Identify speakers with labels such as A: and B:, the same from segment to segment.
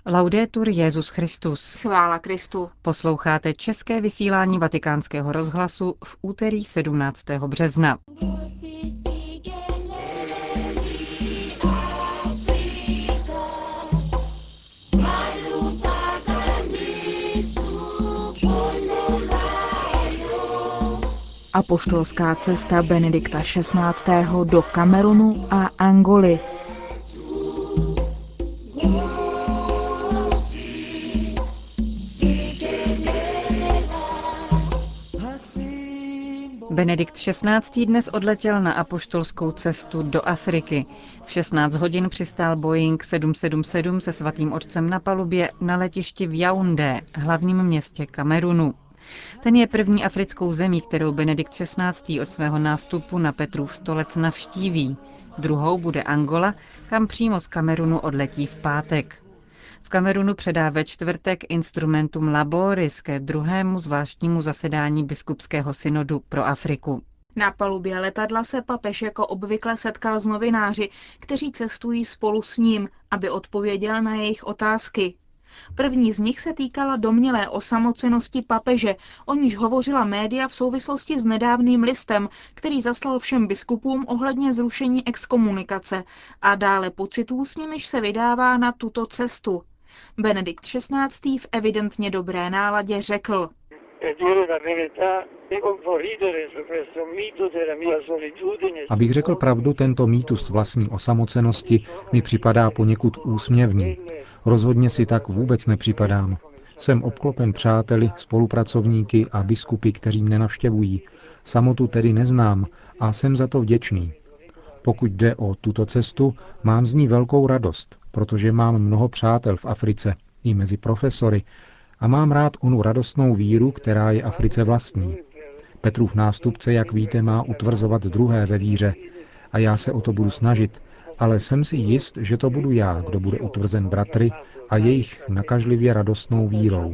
A: Laudetur Jesus Christus.
B: Chvála Kristu.
A: Posloucháte české vysílání Vatikánského rozhlasu v úterý 17. března.
B: Apoštolská cesta Benedikta XVI. Do Kamerunu a Angoly.
A: Benedikt XVI. Dnes odletěl na apoštolskou cestu do Afriky. V 16 hodin přistál Boeing 777 se svatým otcem na palubě na letišti v Yaoundé, hlavním městě Kamerunu. Ten je první africkou zemí, kterou Benedikt XVI. Od svého nástupu na Petrův stolec navštíví. Druhou bude Angola, kam přímo z Kamerunu odletí v pátek. V Kamerunu předá ve čtvrtek Instrumentum Laboris ke druhému zvláštnímu zasedání biskupského synodu pro Afriku.
B: Na palubě letadla se papež jako obvykle setkal s novináři, kteří cestují spolu s ním, aby odpověděl na jejich otázky. První z nich se týkala domnělé osamocenosti papeže, o níž hovořila média v souvislosti s nedávným listem, který zaslal všem biskupům ohledně zrušení exkomunikace a dále pocitů, s nimiž se vydává na tuto cestu. Benedikt XVI. V evidentně dobré náladě řekl:
C: Abych řekl pravdu, tento mýtus vlastní osamocenosti mi připadá poněkud úsměvný. Rozhodně si tak vůbec nepřipadám. Jsem obklopen přáteli, spolupracovníky a biskupy, kteří mne navštěvují. Samotu tedy neznám a jsem za to vděčný. Pokud jde o tuto cestu, mám z ní velkou radost, protože mám mnoho přátel v Africe, i mezi profesory, a mám rád onu radostnou víru, která je Africe vlastní. Petrův nástupce, jak víte, má utvrzovat druhé ve víře a já se o to budu snažit, ale jsem si jist, že to budu já, kdo bude utvrzen bratry a jejich nakažlivě radostnou vírou.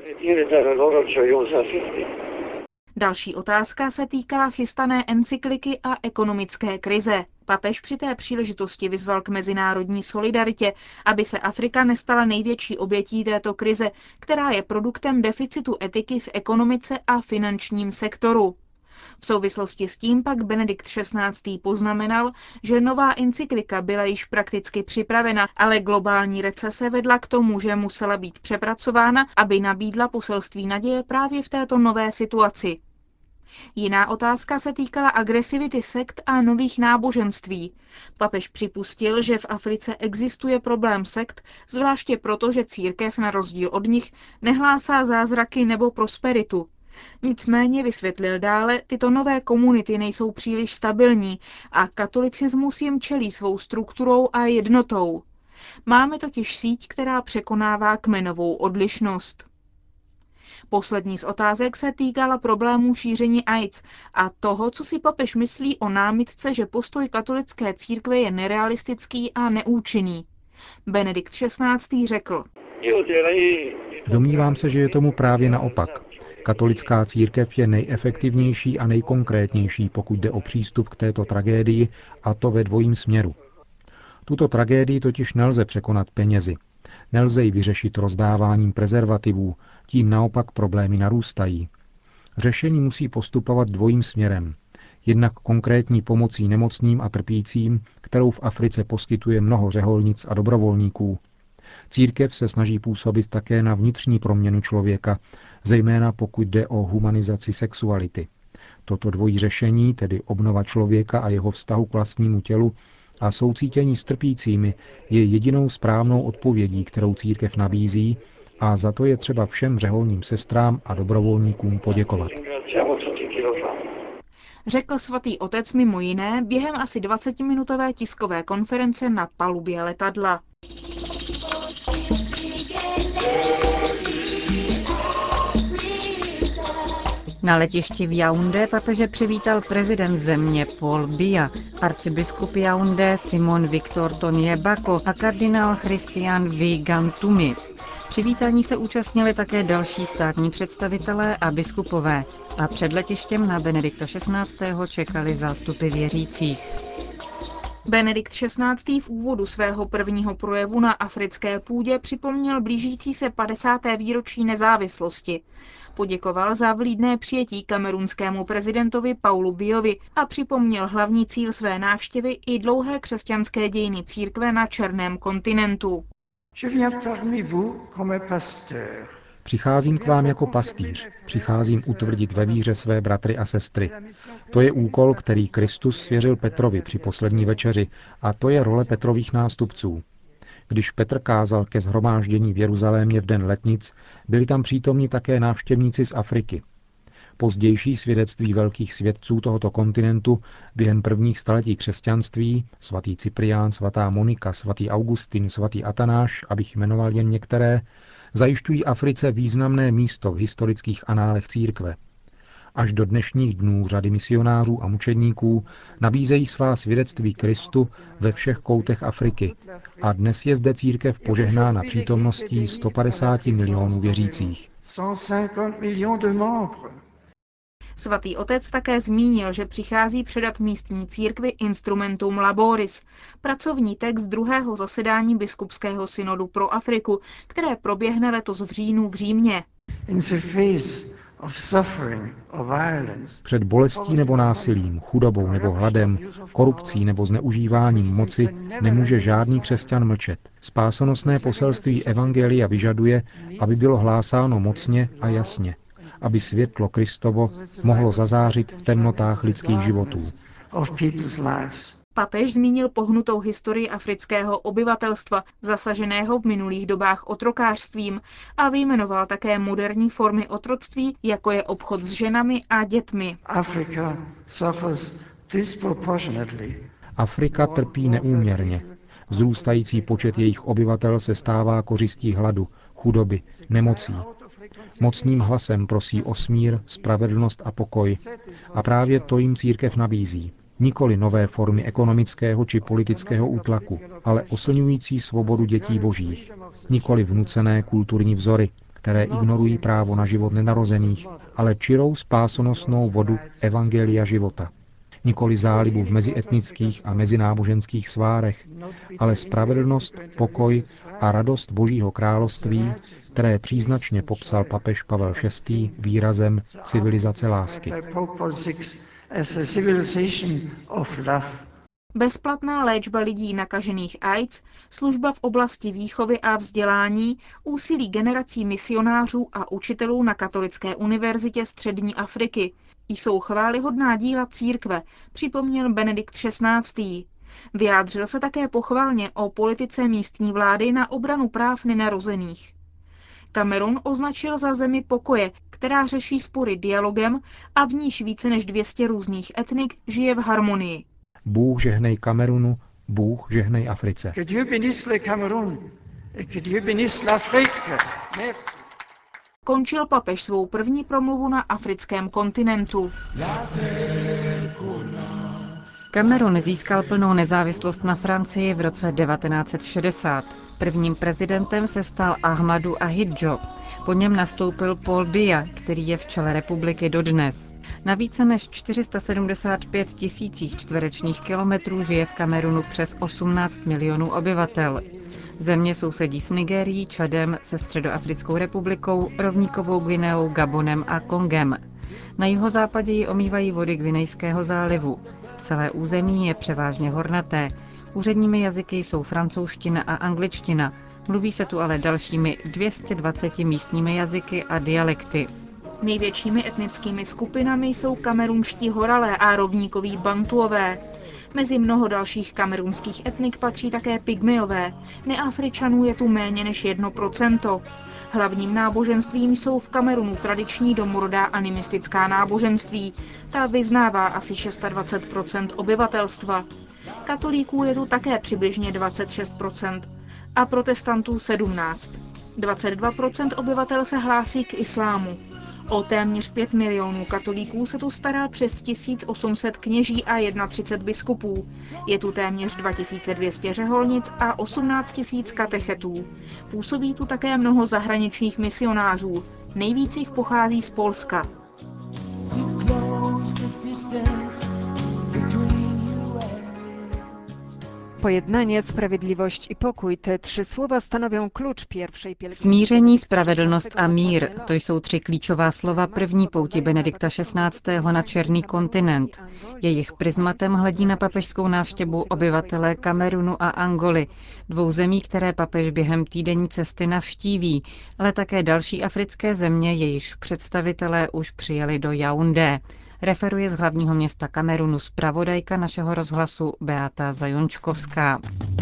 B: Další otázka se týkala chystané encykliky a ekonomické krize. Papež při té příležitosti vyzval k mezinárodní solidaritě, aby se Afrika nestala největší obětí této krize, která je produktem deficitu etiky v ekonomice a finančním sektoru. V souvislosti s tím pak Benedikt XVI. Poznamenal, že nová encyklika byla již prakticky připravena, ale globální recese vedla k tomu, že musela být přepracována, aby nabídla poselství naděje právě v této nové situaci. Jiná otázka se týkala agresivity sekt a nových náboženství. Papež připustil, že v Africe existuje problém sekt, zvláště proto, že církev na rozdíl od nich nehlásá zázraky nebo prosperitu. Nicméně, vysvětlil dále, tyto nové komunity nejsou příliš stabilní a katolicismus jim čelí svou strukturou a jednotou. Máme totiž síť, která překonává kmenovou odlišnost. Poslední z otázek se týkala problémů šíření AIDS a toho, co si papež myslí o námitce, že postoj katolické církve je nerealistický a neúčinný. Benedikt XVI. Řekl:
C: Domnívám se, že je tomu právě naopak. Katolická církev je nejefektivnější a nejkonkrétnější, pokud jde o přístup k této tragédii, a to ve dvojím směru. Tuto tragédii totiž nelze překonat penězi. Nelze ji vyřešit rozdáváním prezervativů, tím naopak problémy narůstají. Řešení musí postupovat dvojím směrem. Jednak konkrétní pomocí nemocným a trpícím, kterou v Africe poskytuje mnoho řeholnic a dobrovolníků. Církev se snaží působit také na vnitřní proměnu člověka, zejména pokud jde o humanizaci sexuality. Toto dvojí řešení, tedy obnova člověka a jeho vztahu k vlastnímu tělu a soucítění s trpícími, je jedinou správnou odpovědí, kterou církev nabízí, a za to je třeba všem řeholním sestrám a dobrovolníkům poděkovat.
B: Řekl svatý otec mimo jiné během asi 20-minutové tiskové konference na palubě letadla.
A: Na letišti v Yaoundé papeže přivítal prezident země Paul Biya, arcibiskup Yaoundé Simon Victor Tonie Bako a kardinál Christian Wigantumi. Přivítání se účastnili také další státní představitelé a biskupové a před letištěm na Benedikta XVI. Čekali zástupy věřících.
B: Benedikt XVI. V úvodu svého prvního projevu na africké půdě připomněl blížící se 50. výročí nezávislosti. Poděkoval za vlídné přijetí kamerunskému prezidentovi Paulu Biyovi a připomněl hlavní cíl své návštěvy i dlouhé křesťanské dějiny církve na černém kontinentu.
C: Přicházím k vám jako pastýř, přicházím utvrdit ve víře své bratry a sestry. To je úkol, který Kristus svěřil Petrovi při poslední večeři a to je role Petrových nástupců. Když Petr kázal ke shromáždění v Jeruzalémě v den letnic, byli tam přítomni také návštěvníci z Afriky. Pozdější svědectví velkých svědců tohoto kontinentu během prvních staletí křesťanství, svatý Cyprián, svatá Monika, svatý Augustin, svatý Atanáš, abych jmenoval jen některé, zajišťují Africe významné místo v historických análech církve. Až do dnešních dnů řady misionářů a mučedníků nabízejí svá svědectví Kristu ve všech koutech Afriky a dnes je zde církev požehnána přítomností 150 milionů věřících.
B: Svatý otec také zmínil, že přichází předat místní církvi Instrumentum Laboris, pracovní text druhého zasedání biskupského synodu pro Afriku, které proběhne letos v říjnu v Římě.
C: Před bolestí nebo násilím, chudobou nebo hladem, korupcí nebo zneužíváním moci nemůže žádný křesťan mlčet. Spásonosné poselství evangelia vyžaduje, aby bylo hlásáno mocně a jasně, aby světlo Kristovo mohlo zazářit v temnotách lidských životů.
B: Papež zmínil pohnutou historii afrického obyvatelstva, zasaženého v minulých dobách otrokářstvím, a vyjmenoval také moderní formy otroctví, jako je obchod s ženami a dětmi.
C: Afrika trpí neúměrně. Vzrůstající počet jejich obyvatel se stává kořistí hladu, chudoby, nemocí. Mocným hlasem prosí o smír, spravedlnost a pokoj. A právě to jim církev nabízí. Nikoli nové formy ekonomického či politického útlaku, ale oslňující svobodu dětí božích. Nikoli vnucené kulturní vzory, které ignorují právo na život nenarozených, ale čirou spásonosnou vodu evangelia života. Nikoli zálibu v mezietnických a mezináboženských svárech, ale spravedlnost, pokoj a radost Božího království, které příznačně popsal papež Pavel VI. Výrazem civilizace lásky.
B: Bezplatná léčba lidí nakažených AIDS, služba v oblasti výchovy a vzdělání, úsilí generací misionářů a učitelů na Katolické univerzitě Střední Afriky jsou chvályhodná díla církve, připomněl Benedikt XVI. Vyjádřil se také pochvalně o politice místní vlády na obranu práv nenarozených. Kamerun označil za zemi pokoje, která řeší spory dialogem a v níž více než 200 různých etnik žije v harmonii.
C: Bůh žehnej Kamerunu, Bůh žehnej Africe.
B: Končil papež svou první promluvu na africkém kontinentu.
A: Kamerun získal plnou nezávislost na Francii v roce 1960. Prvním prezidentem se stal Ahmadou Ahidjo. Po něm nastoupil Paul Biya, který je v čele republiky dodnes. Na více než 475 tisících čtverečních kilometrů žije v Kamerunu přes 18 milionů obyvatel. Země sousedí s Nigérií, Čadem, se Středoafrickou republikou, Rovníkovou Guineou, Gabonem a Kongem. Na jihozápadě ji omývají vody Gvinejského zálivu. Celé území je převážně hornaté. Úředními jazyky jsou francouzština a angličtina. Mluví se tu ale dalšími 220 místními jazyky a dialekty.
B: Největšími etnickými skupinami jsou kamerunští horalé a rovníkoví bantuové. Mezi mnoho dalších kamerunských etnik patří také pygmeové. Neafričanů je tu méně než 1%. Hlavním náboženstvím jsou v Kamerunu tradiční domorodá animistická náboženství. Ta vyznává asi 26% obyvatelstva. Katolíků je tu také přibližně 26% a protestantů 17%. 22% obyvatel se hlásí k islámu. O téměř 5 milionů katolíků se tu stará přes 1800 kněží a 31 biskupů. Je tu téměř 2200 řeholnic a 18 000 katechetů. Působí tu také mnoho zahraničních misionářů. Nejvíc jich pochází z Polska.
D: Pojednanie, sprawiedliwość i pokój. Te 3 słowa stanowią klucz pierwszej pielgrzymości.
A: Smíření, spravedlnost a mír, to jsou 3 klíčová slova první pouti Benedikta XVI. Na černý kontinent. Jejich prismatem hledí na papežskou návštěvu obyvatelé Kamerunu a Angoly, 2 zemí, které papež během týdenní cesty navštíví, ale také další africké země, jejichž představitelé už přijeli do Yaoundé. Referuje z hlavního města Kamerunu zpravodajka našeho rozhlasu Beata Zajončkovská.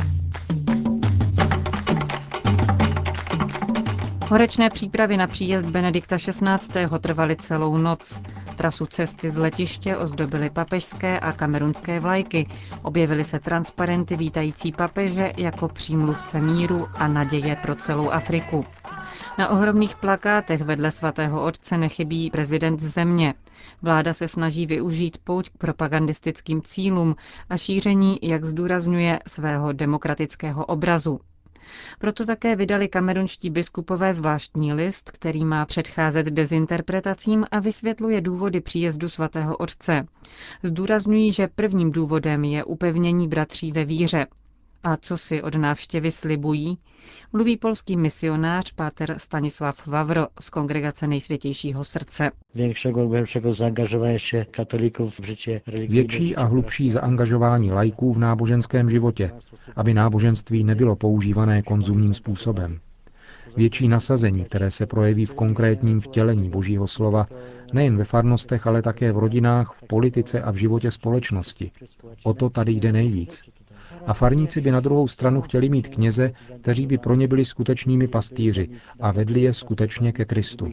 A: Horečné přípravy na příjezd Benedikta XVI. Trvaly celou noc. Trasu cesty z letiště ozdobily papežské a kamerunské vlajky. Objevily se transparenty vítající papeže jako přímluvce míru a naděje pro celou Afriku. Na ohromných plakátech vedle svatého otce nechybí prezident země. Vláda se snaží využít pouť k propagandistickým cílům a šíření, jak zdůrazňuje, svého demokratického obrazu. Proto také vydali kamerunští biskupové zvláštní list, který má předcházet dezinterpretacím a vysvětluje důvody příjezdu svatého otce. Zdůrazňují, že prvním důvodem je upevnění bratří ve víře. A co si od návštěvy slibují? Mluví polský misionář páter Stanisław Wawro z Kongregace Nejsvětějšího srdce.
C: Větší a hlubší zaangažování laiků v náboženském životě, aby náboženství nebylo používané konzumním způsobem. Větší nasazení, které se projeví v konkrétním vtělení Božího slova, nejen ve farnostech, ale také v rodinách, v politice a v životě společnosti. O to tady jde nejvíc. A farníci by na druhou stranu chtěli mít kněze, kteří by pro ně byli skutečnými pastýři a vedli je skutečně ke Kristu.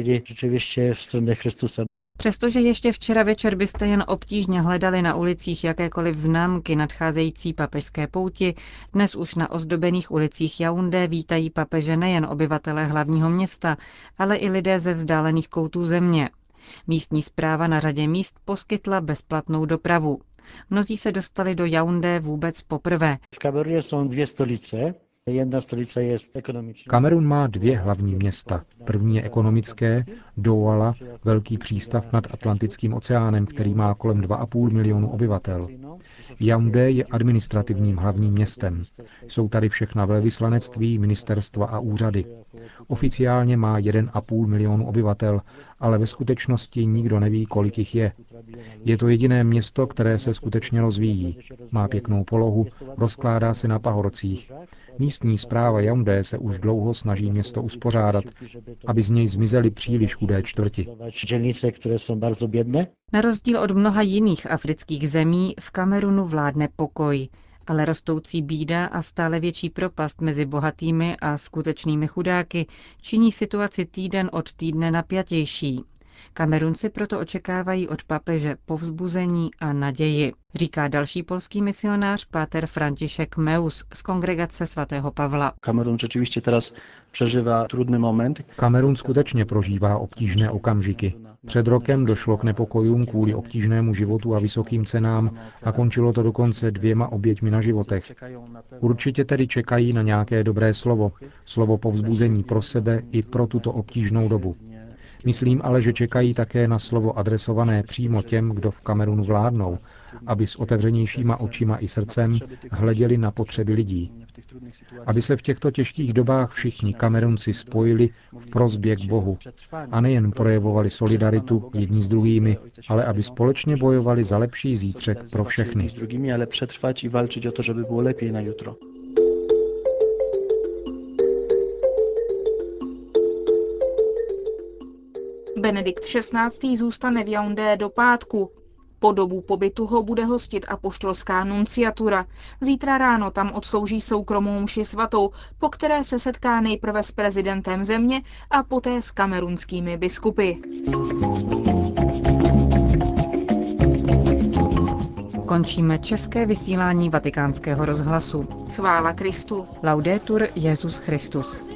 A: Přestože ještě včera večer byste jen obtížně hledali na ulicích jakékoliv známky nadcházející papežské pouti, dnes už na ozdobených ulicích Yaoundé vítají papeže nejen obyvatelé hlavního města, ale i lidé ze vzdálených koutů země. Místní správa na řadě míst poskytla bezplatnou dopravu. Mnozí se dostali do Yaoundé vůbec poprvé.
E: V Kameruně jsou 2 stolice. Jedna stolice je ekonomická.
C: Kamerun má 2 hlavní města. První je ekonomické, Douala, velký přístav nad Atlantickým oceánem, který má kolem 2,5 milionu obyvatel. Yaoundé je administrativním hlavním městem. Jsou tady všechna velvyslanectví, ministerstva a úřady. Oficiálně má 1,5 milionu obyvatel, ale ve skutečnosti nikdo neví, kolik jich je. Je to jediné město, které se skutečně rozvíjí. Má pěknou polohu, rozkládá se na pahorcích. Místní správa Yaoundé se už dlouho snaží město uspořádat, aby z něj zmizely příliš chudé čtvrti.
A: Na rozdíl od mnoha jiných afrických zemí v Kamerunu vládne pokoj, ale rostoucí bída a stále větší propast mezi bohatými a skutečnými chudáky činí situaci týden od týdne napjatější. Kamerunci proto očekávají od papeže povzbuzení a naději, říká další polský misionář páter František Meus z Kongregace svatého Pavla.
F: Kamerun rzeczywiście teraz przeżywa trudny moment.
C: Kamerun skutečně prožívá obtížné okamžiky. Před rokem došlo k nepokojům kvůli obtížnému životu a vysokým cenám a končilo to dokonce 2 oběťmi na životech. Určitě tedy čekají na nějaké dobré slovo povzbuzení pro sebe i pro tuto obtížnou dobu. Myslím ale, že čekají také na slovo adresované přímo těm, kdo v Kamerunu vládnou, aby s otevřenějšíma očima i srdcem hleděli na potřeby lidí. Aby se v těchto těžkých dobách všichni Kamerunci spojili v prosbě k Bohu a nejen projevovali solidaritu jedni s druhými, ale aby společně bojovali za lepší zítřek pro všechny.
F: Ale přetrvat i walczyć o to, żeby było lepiej na jutro.
B: Benedikt XVI. Zůstane v Yaoundé do pátku. Po dobu pobytu ho bude hostit apoštolská nunciatura. Zítra ráno tam odslouží soukromou mši svatou, po které se setká nejprve s prezidentem země a poté s kamerunskými biskupy.
A: Končíme české vysílání Vatikánského rozhlasu.
B: Chvála Kristu.
A: Laudetur Jesus Christus.